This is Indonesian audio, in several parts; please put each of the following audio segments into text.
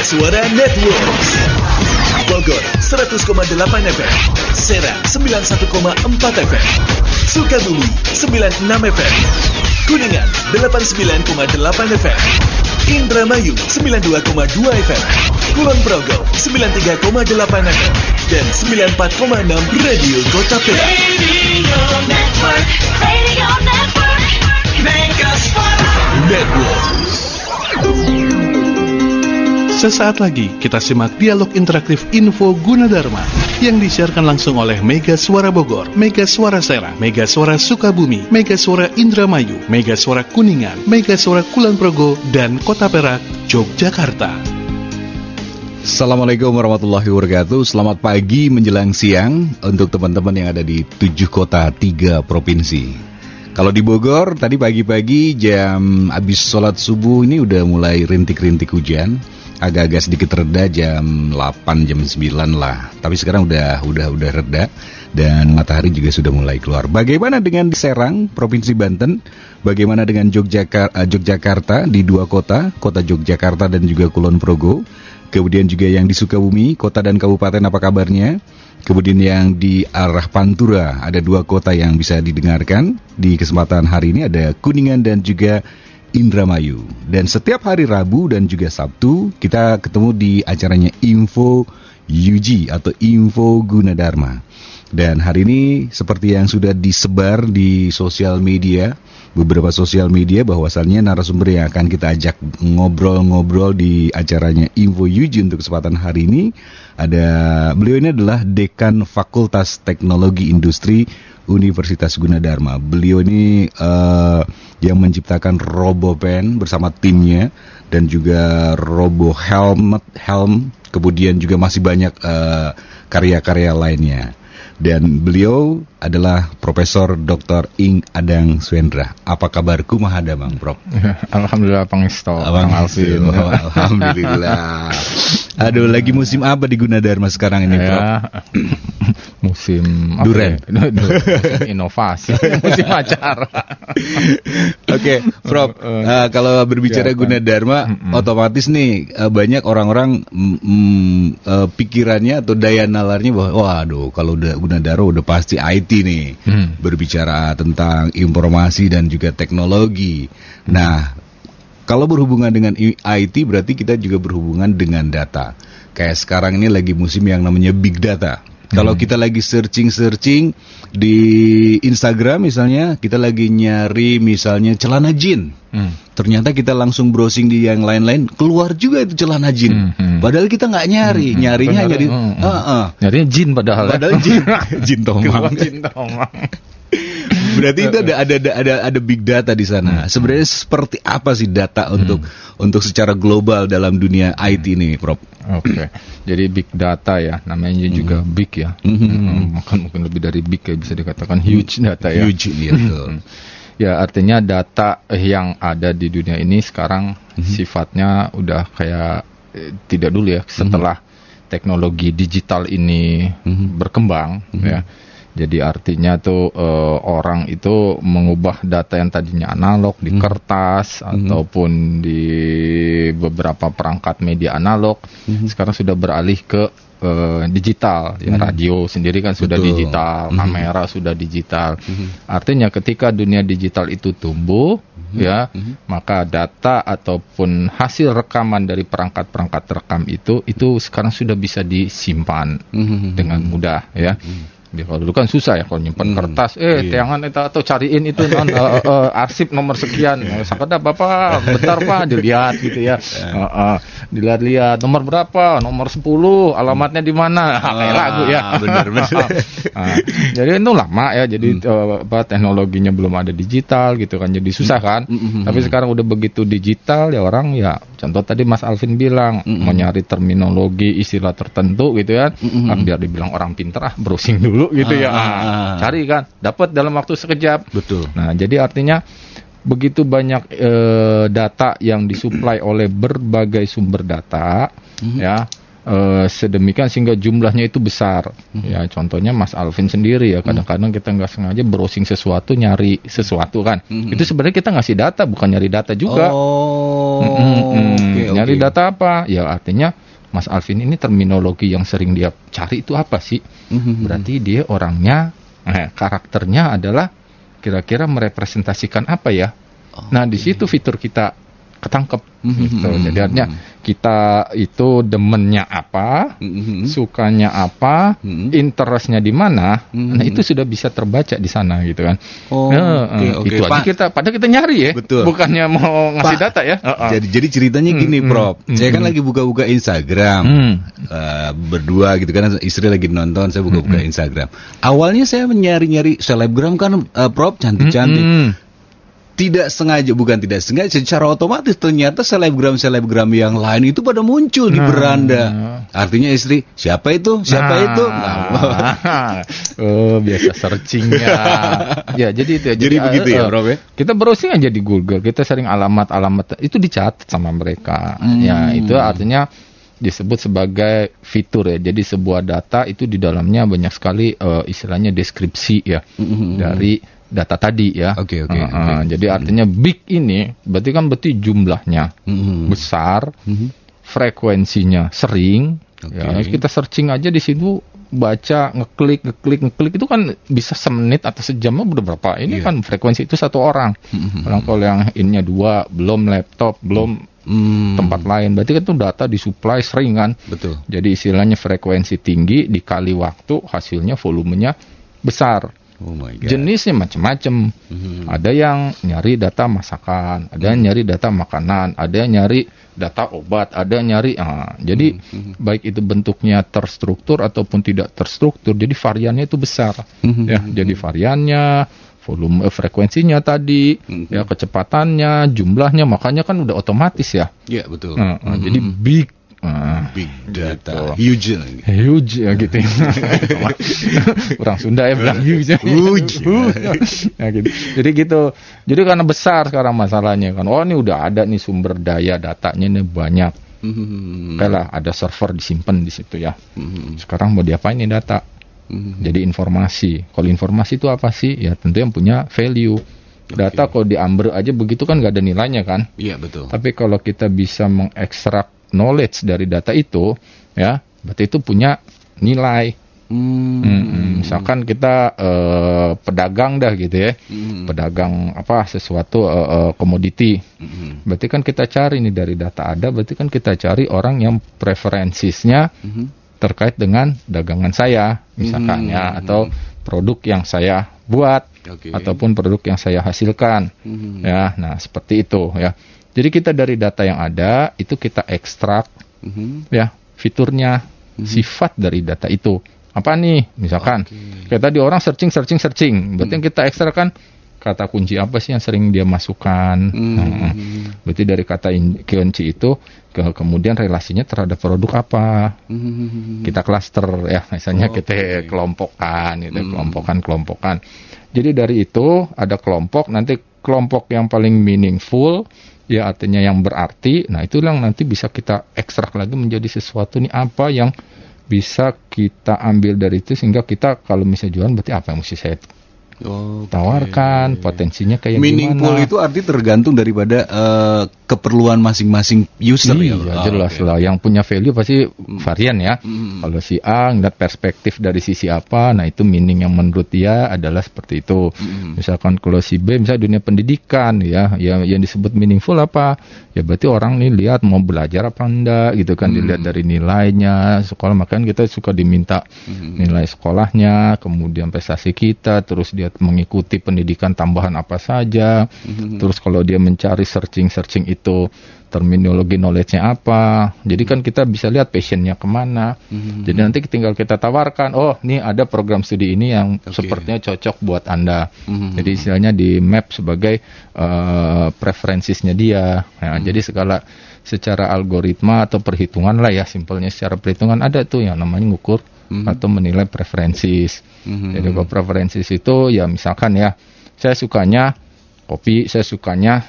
Suara Network. Bogor 100,8 FM, Serang 91,4 FM, Sukabumi 96 FM, Kuningan 89,8 FM, Indramayu 92,2 FM, Kulon Progo 93,8 FM, dan 94,6 Radio Kota Perak. Radio Network, Mega Suara Network. Sesaat lagi kita simak dialog interaktif Info Gunadarma yang disiarkan langsung oleh Mega Suara Bogor, Mega Suara Serang, Mega Suara Sukabumi, Mega Suara Indramayu, Mega Suara Kuningan, Mega Suara Kulon Progo, dan Kota Perak, Yogyakarta. Assalamualaikum warahmatullahi wabarakatuh. Selamat pagi menjelang siang untuk teman-teman yang ada di 7 kota 3 provinsi. Kalau di Bogor tadi pagi-pagi jam habis sholat subuh ini udah mulai rintik-rintik hujan. Agak-agak sedikit reda jam 8, jam 9 lah. Tapi sekarang udah reda dan matahari juga sudah mulai keluar. Bagaimana dengan di Serang, Provinsi Banten? Bagaimana dengan Yogyakarta di 2 kota, Kota Yogyakarta dan juga Kulon Progo? Kemudian juga yang di Sukabumi, kota dan kabupaten apa kabarnya? Kemudian yang di arah Pantura ada 2 kota yang bisa didengarkan. Di kesempatan hari ini ada Kuningan dan juga Indramayu. Dan setiap hari Rabu dan juga Sabtu kita ketemu di acaranya Info UG atau Info Gunadarma. Dan hari ini seperti yang sudah disebar di sosial media, beberapa sosial media, bahwasannya narasumber yang akan kita ajak ngobrol-ngobrol di acaranya Info UG untuk kesempatan hari ini beliau ini adalah Dekan Fakultas Teknologi Industri Universitas Gunadarma. Beliau ini yang menciptakan RoboPen bersama timnya dan juga RoboHelm, kemudian juga masih banyak karya-karya lainnya. Dan beliau adalah Profesor Dr. Ing Adang Swendra. Apa kabar kumaha Bang Prof? Alhamdulillah Pangesto, Bang Alvin. Alhamdulillah. Aduh, lagi musim apa di Gunadarma sekarang ini, Prof? Musim Duren. Inovasi, musim acara. Oke, Prof. Kalau berbicara Gunadarma, otomatis nih banyak orang-orang pikirannya atau daya nalarnya bahwa waduh, kalau udah Gunadarma udah pasti IT nih. Berbicara tentang informasi dan juga teknologi. Nah, kalau berhubungan dengan IT berarti kita juga berhubungan dengan data. Kayak sekarang ini lagi musim yang namanya big data. Kalau kita lagi searching di Instagram misalnya, kita lagi nyari misalnya celana jin. Ternyata kita langsung browsing di yang lain-lain, keluar juga itu celana jin. Padahal kita nggak nyarinya hanya di nyarinya jin padahal jin tomang. Berarti itu ada big data di sana. Sebenarnya seperti apa sih data untuk secara global dalam dunia IT ini, Prof? Oke. Jadi big data ya, namanya juga big ya. Mungkin lebih dari big ya, bisa dikatakan huge data ya. Huge gitu. Ya, artinya data yang ada di dunia ini sekarang sifatnya udah kayak tidak dulu ya, setelah teknologi digital ini berkembang ya. Jadi artinya tuh orang itu mengubah data yang tadinya analog di kertas ataupun di beberapa perangkat media analog, sekarang sudah beralih ke digital. Ya, radio sendiri kan sudah digital, kamera sudah digital. Artinya ketika dunia digital itu tumbuh, ya, maka data ataupun hasil rekaman dari perangkat-perangkat rekam itu sekarang sudah bisa disimpan dengan mudah, ya. Kalau dulu kan susah ya kalau nyimpan kertas, tayangan itu atau cariin itu arsip nomor sekian, sakada Bapak, bentar Pak, dilihat gitu ya, dilihat nomor berapa, nomor 10, alamatnya di mana, kayak lagu ya, benar. Jadi itu lama ya, jadi teknologinya belum ada digital gitu kan, jadi susah kan, tapi sekarang udah begitu digital ya orang ya, contoh tadi Mas Alvin bilang, mau nyari terminologi istilah tertentu gitu ya, biar dibilang orang pintar browsing dulu gitu ya, cari kan, dapat dalam waktu sekejap. Betul. Nah, jadi artinya begitu banyak data yang disuplai oleh berbagai sumber data, ya, sedemikian sehingga jumlahnya itu besar. Ya, contohnya Mas Alvin sendiri ya, kadang-kadang kita nggak sengaja browsing sesuatu, nyari sesuatu kan, itu sebenarnya kita ngasih data, bukan nyari data juga. Nyari data apa? Ya artinya Mas Alvin ini terminologi yang sering dia cari itu apa sih? Berarti dia orangnya, karakternya adalah kira-kira merepresentasikan apa ya? Nah di situ fitur kita ketangkep. Gitu. Jadi artinya kita itu demennya apa, sukanya apa, interestnya di mana. Nah itu sudah bisa terbaca di sana gitu kan. Itu aja kita, padahal kita nyari ya, betul. Bukannya mau ngasih data ya. Jadi ceritanya gini, Prof. Saya kan lagi buka-buka Instagram berdua gitu kan, istri lagi nonton, saya buka-buka Instagram. Awalnya saya nyari-nyari selebgram kan, Prof, cantik-cantik. Tidak sengaja, bukan tidak sengaja, secara otomatis ternyata selebgram yang lain itu pada muncul di beranda. Artinya istri, siapa itu? Biasa searchingnya. Ya, jadi itu. Jadi begitu ya, Prof ya? Kita browsing aja di Google, kita sering alamat itu dicatat sama mereka. Ya, itu artinya disebut sebagai fitur ya. Jadi sebuah data itu di dalamnya banyak sekali istilahnya deskripsi ya dari data tadi ya. Oke. Jadi artinya big ini berarti jumlahnya besar, frekuensinya sering. Ya, kita searching aja di situ, baca, ngeklik itu kan bisa semenit atau sejam udah berapa. Ini kan frekuensi itu satu orang. Kalau yang ininya 2, belum laptop, belum tempat lain. Berarti kan itu data disuplai sering kan. Betul. Jadi istilahnya frekuensi tinggi dikali waktu, hasilnya volumenya besar. Oh my God. Jenisnya macam-macam. Ada yang nyari data masakan, ada yang nyari data makanan, ada yang nyari data obat, ada yang nyari. Jadi baik itu bentuknya terstruktur ataupun tidak terstruktur, jadi variannya itu besar. Ya, jadi variannya, volume, frekuensinya tadi, ya kecepatannya, jumlahnya, makanya kan udah otomatis ya. Iya betul. Jadi big data, gitu. Huge ya gitu. Orang Sunda ya bilang huge. Ya, gitu. Jadi gitu. Jadi karena besar sekarang masalahnya kan. Oh ini udah ada nih sumber daya datanya nih banyak. Kayak ada server disimpan di situ ya. Sekarang mau diapain nih data? Jadi informasi. Kalau informasi itu apa sih? Ya tentu yang punya value. Data kalau diambil aja begitu kan nggak ada nilainya kan? Iya betul. Tapi kalau kita bisa mengekstrak knowledge dari data itu, ya, berarti itu punya nilai. Misalkan kita pedagang dah gitu ya, pedagang apa sesuatu komoditi. Berarti kan kita cari nih dari data ada, berarti kan kita cari orang yang preferensinya terkait dengan dagangan saya, misalkan ya, atau produk yang saya buat, ataupun produk yang saya hasilkan, ya. Nah seperti itu ya. Jadi kita dari data yang ada itu kita ekstrak ya fiturnya, sifat dari data itu. Apa nih? Misalkan kayak tadi orang searching. Berarti yang kita ekstrak kan kata kunci apa sih yang sering dia masukkan. Berarti dari kata kunci itu kemudian relasinya terhadap produk apa. Kita cluster ya, misalnya kita kelompokkan gitu, kelompokan. Jadi dari itu ada kelompok, nanti kelompok yang paling meaningful ya artinya yang berarti, nah itu yang nanti bisa kita ekstrak lagi menjadi sesuatu nih apa yang bisa kita ambil dari itu sehingga kita kalau misalnya jualan berarti apa yang mesti saya tawarkan, potensinya kayak meaningful gimana. Itu arti tergantung daripada keperluan masing-masing user ya. Jelas lah, yang punya value pasti varian ya. Kalau si A ngeliat perspektif dari sisi apa, nah itu meaning yang menurut dia adalah seperti itu. Misalkan kalau si B misalnya dunia pendidikan ya, yang disebut meaningful apa? Ya berarti orang nih lihat mau belajar apa enggak gitu kan, dilihat dari nilainya sekolah, makanya kita suka diminta nilai sekolahnya, kemudian prestasi kita, terus dia mengikuti pendidikan tambahan apa saja, terus kalau dia mencari searching itu terminologi knowledge-nya apa, jadi kan kita bisa lihat passion-nya kemana. Jadi nanti tinggal kita tawarkan, oh ini ada program studi ini yang sepertinya cocok buat Anda. Jadi istilahnya di map sebagai preferensinya dia. Nah, jadi secara algoritma atau perhitungan lah ya, simpelnya secara perhitungan ada tuh yang namanya ngukur atau menilai preferensis. Jadi kalau preferensis itu ya misalkan ya, saya sukanya kopi, saya sukanya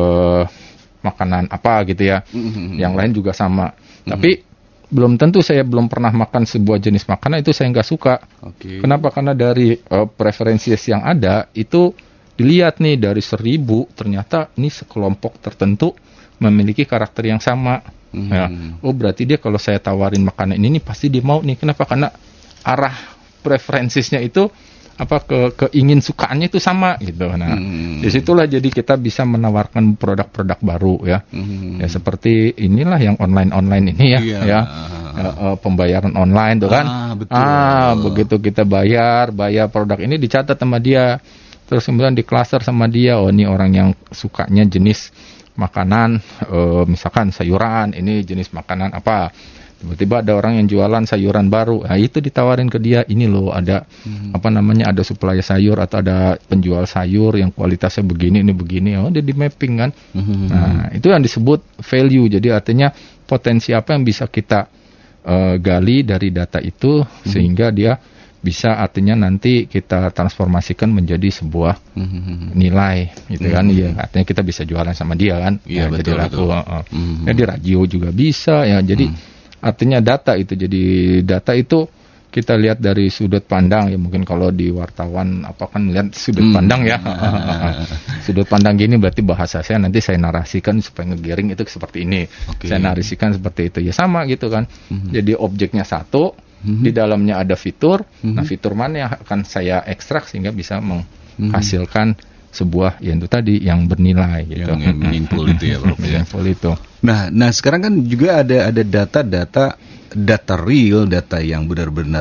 makanan apa gitu ya. Yang lain juga sama. Tapi belum tentu saya belum pernah makan sebuah jenis makanan itu saya nggak suka. Kenapa? Karena dari preferensis yang ada itu dilihat nih dari 1000 ternyata ini sekelompok tertentu memiliki karakter yang sama. Ya. Oh berarti dia kalau saya tawarin makanan ini nih pasti dia mau nih. Kenapa? Karena arah preferensinya itu keingin sukaannya itu sama gitu. Nah, disitulah jadi kita bisa menawarkan produk-produk baru ya. Ya seperti inilah yang online ini ya. Pembayaran online tuh kan. Betul. Begitu kita bayar produk ini dicatat sama dia. Terus kemudian di cluster sama dia. Oh ini orang yang sukanya jenis makanan, misalkan sayuran, ini jenis makanan apa. Tiba-tiba ada orang yang jualan sayuran baru, nah itu ditawarin ke dia, ini loh ada ada supplier sayur atau ada penjual sayur yang kualitasnya begini, ini begini, dia di mapping kan. Nah itu yang disebut value, jadi artinya potensi apa yang bisa kita gali dari data itu sehingga dia bisa artinya nanti kita transformasikan menjadi sebuah nilai gitu kan. Ya artinya kita bisa jualan sama dia kan. Iya, betul, jadi laku. Ya, di radio juga bisa ya. Jadi artinya data itu, jadi data itu kita lihat dari sudut pandang ya, mungkin kalau di wartawan kan lihat sudut pandang ya. Sudut pandang gini berarti bahasa saya nanti saya narasikan supaya ngegiring itu seperti ini. Saya narasikan seperti itu ya, sama gitu kan. Jadi objeknya satu, di dalamnya ada fitur. Nah fitur mana yang akan saya ekstrak sehingga bisa menghasilkan sebuah yang itu tadi yang bernilai gitu. Yang meaningful itu ya, Prof. Meaningful itu. Nah sekarang kan juga ada data real, data yang benar-benar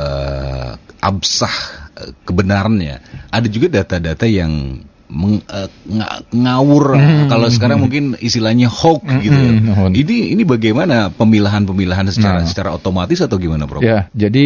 absah kebenarannya. Ada juga data-data yang ngawur. Kalau sekarang mungkin istilahnya hoax gitu ya. Ini bagaimana pemilahan secara otomatis atau gimana, Prof? Ya,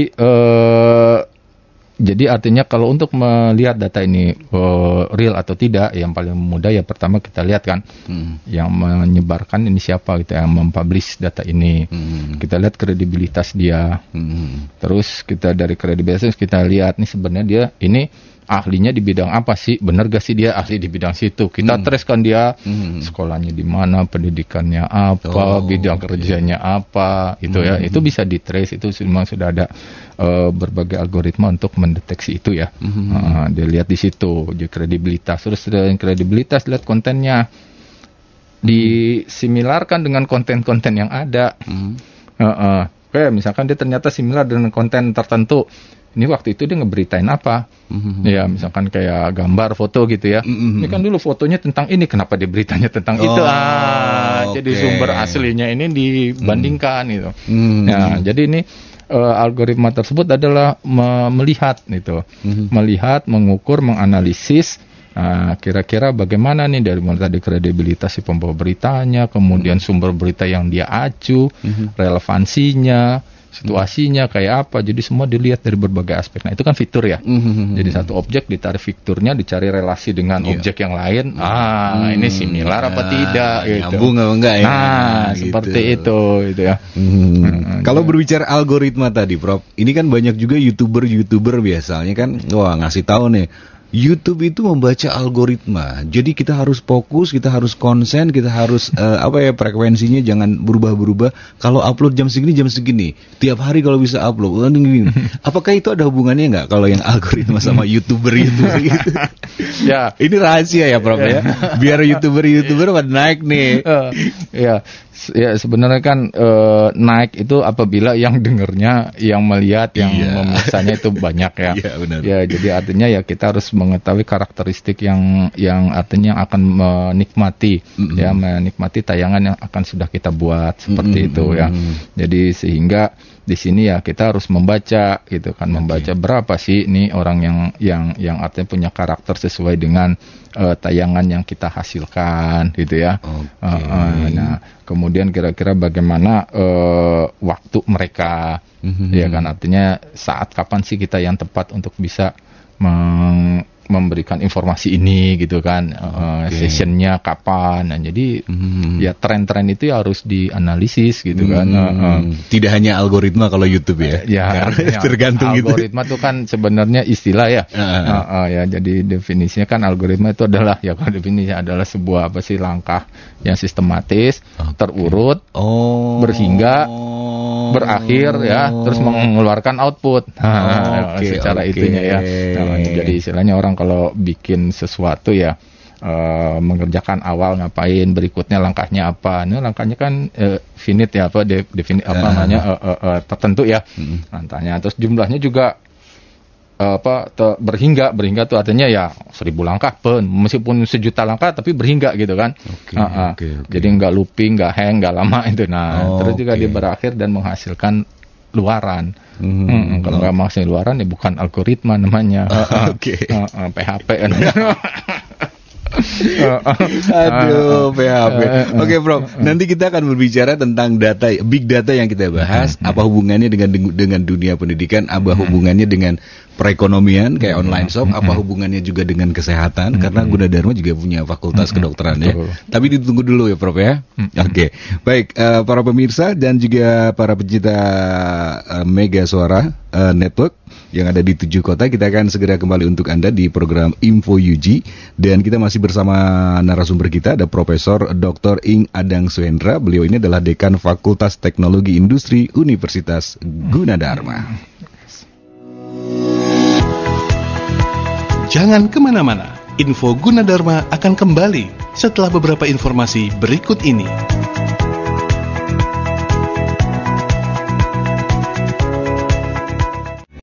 jadi artinya kalau untuk melihat data ini real atau tidak, yang paling mudah ya pertama kita lihat kan yang menyebarkan ini siapa gitu, yang mempublish data ini. Kita lihat kredibilitas dia. Terus kita dari kredibilitas kita lihat nih sebenarnya dia ini ahlinya di bidang apa sih? Benar gak sih dia ahli di bidang situ? Kita trace kan dia sekolahnya di mana, pendidikannya apa, bidang kerjanya apa, itu ya. Itu bisa di trace, itu memang sudah ada berbagai algoritma untuk mendeteksi itu ya. Dia lihat di situ, jadi kredibilitas. Terus dari kredibilitas lihat kontennya, disimilarkan dengan konten-konten yang ada. Oke, misalkan dia ternyata similar dengan konten tertentu. Ini waktu itu dia ngeberitain apa? Ya, misalkan kayak gambar, foto gitu ya. Ini kan dulu fotonya tentang ini, kenapa dia beritanya tentang itu? Jadi sumber aslinya ini dibandingkan gitu. Nah, jadi ini algoritma tersebut adalah melihat gitu. Melihat, mengukur, menganalisis. Nah, kira-kira bagaimana nih dari mulai tadi kredibilitas si pembawa beritanya, kemudian sumber berita yang dia acu, relevansinya, situasinya kayak apa, jadi semua dilihat dari berbagai aspek. Nah itu kan fitur ya. Jadi satu objek ditarik fiturnya, dicari relasi dengan objek yang lain. Ini similar apa tidak gitu. Nyambung apa enggak ya. Gitu. Seperti itu gitu ya. Kalau berbicara algoritma tadi, Prof, ini kan banyak juga YouTuber biasanya kan ngasih tahu nih, YouTube itu membaca algoritma. Jadi kita harus fokus, kita harus konsen, kita harus frekuensinya jangan berubah-berubah. Kalau upload jam segini, tiap hari kalau bisa upload. Apakah itu ada hubungannya nggak kalau yang algoritma sama YouTuber gitu? Ya, ini rahasia ya, Prof ya. Biar YouTuber pada naik nih. Ya sebenarnya kan naik itu apabila yang dengernya, yang melihat, yang memesanya itu banyak ya. Ya jadi artinya ya kita harus mengetahui karakteristik yang artinya akan menikmati menikmati tayangan yang akan sudah kita buat seperti itu ya. Jadi sehingga di sini ya kita harus membaca gitu kan, membaca berapa sih ini orang yang artinya punya karakter sesuai dengan tayangan yang kita hasilkan gitu ya. Nah kemudian kira-kira bagaimana waktu mereka, ya kan artinya saat kapan sih kita yang tepat untuk bisa memberikan informasi ini gitu kan, sessionnya kapan. Nah jadi ya tren-tren itu ya harus dianalisis gitu kan. Tidak hanya algoritma kalau YouTube ya. Tergantung algoritma itu kan sebenarnya istilah ya. Ya jadi definisinya kan algoritma itu adalah kalau definisinya adalah sebuah langkah yang sistematis, terurut, berhingga berakhir ya, terus mengeluarkan output. Secara itunya ya. Jadi istilahnya orang kalau bikin sesuatu ya mengerjakan awal ngapain, berikutnya langkahnya apa. Ini langkahnya kan finite ya, tertentu ya langkahnya. Terus jumlahnya juga berhingga tuh artinya ya 1000 langkah meskipun 1.000.000 langkah tapi berhingga gitu kan. Okay. Jadi nggak looping, nggak hang, nggak lama itu. Terus juga dia berakhir dan menghasilkan luaran. Kalau nggak menghasilkan luaran ya bukan algoritma namanya. PHP kan. Aduh, PHP. Oke, Bro. Nanti kita akan berbicara tentang data, big data yang kita bahas. Apa hubungannya dengan dunia pendidikan? Apa hubungannya dengan perekonomian kayak online shop? Apa hubungannya juga dengan kesehatan? Karena Gunadarma juga punya fakultas kedokteran ya. Tapi ditunggu dulu ya, Prof ya. Oke. Baik, para pemirsa dan juga para pecinta Mega Suara Network yang ada di 7 kota, kita akan segera kembali untuk Anda di program Info UG, dan kita masih bersama narasumber kita, ada Profesor Dr. Ing Adang Suhendra. Beliau ini adalah Dekan Fakultas Teknologi Industri Universitas Gunadarma. Jangan kemana-mana, Info Gunadarma akan kembali setelah beberapa informasi berikut ini.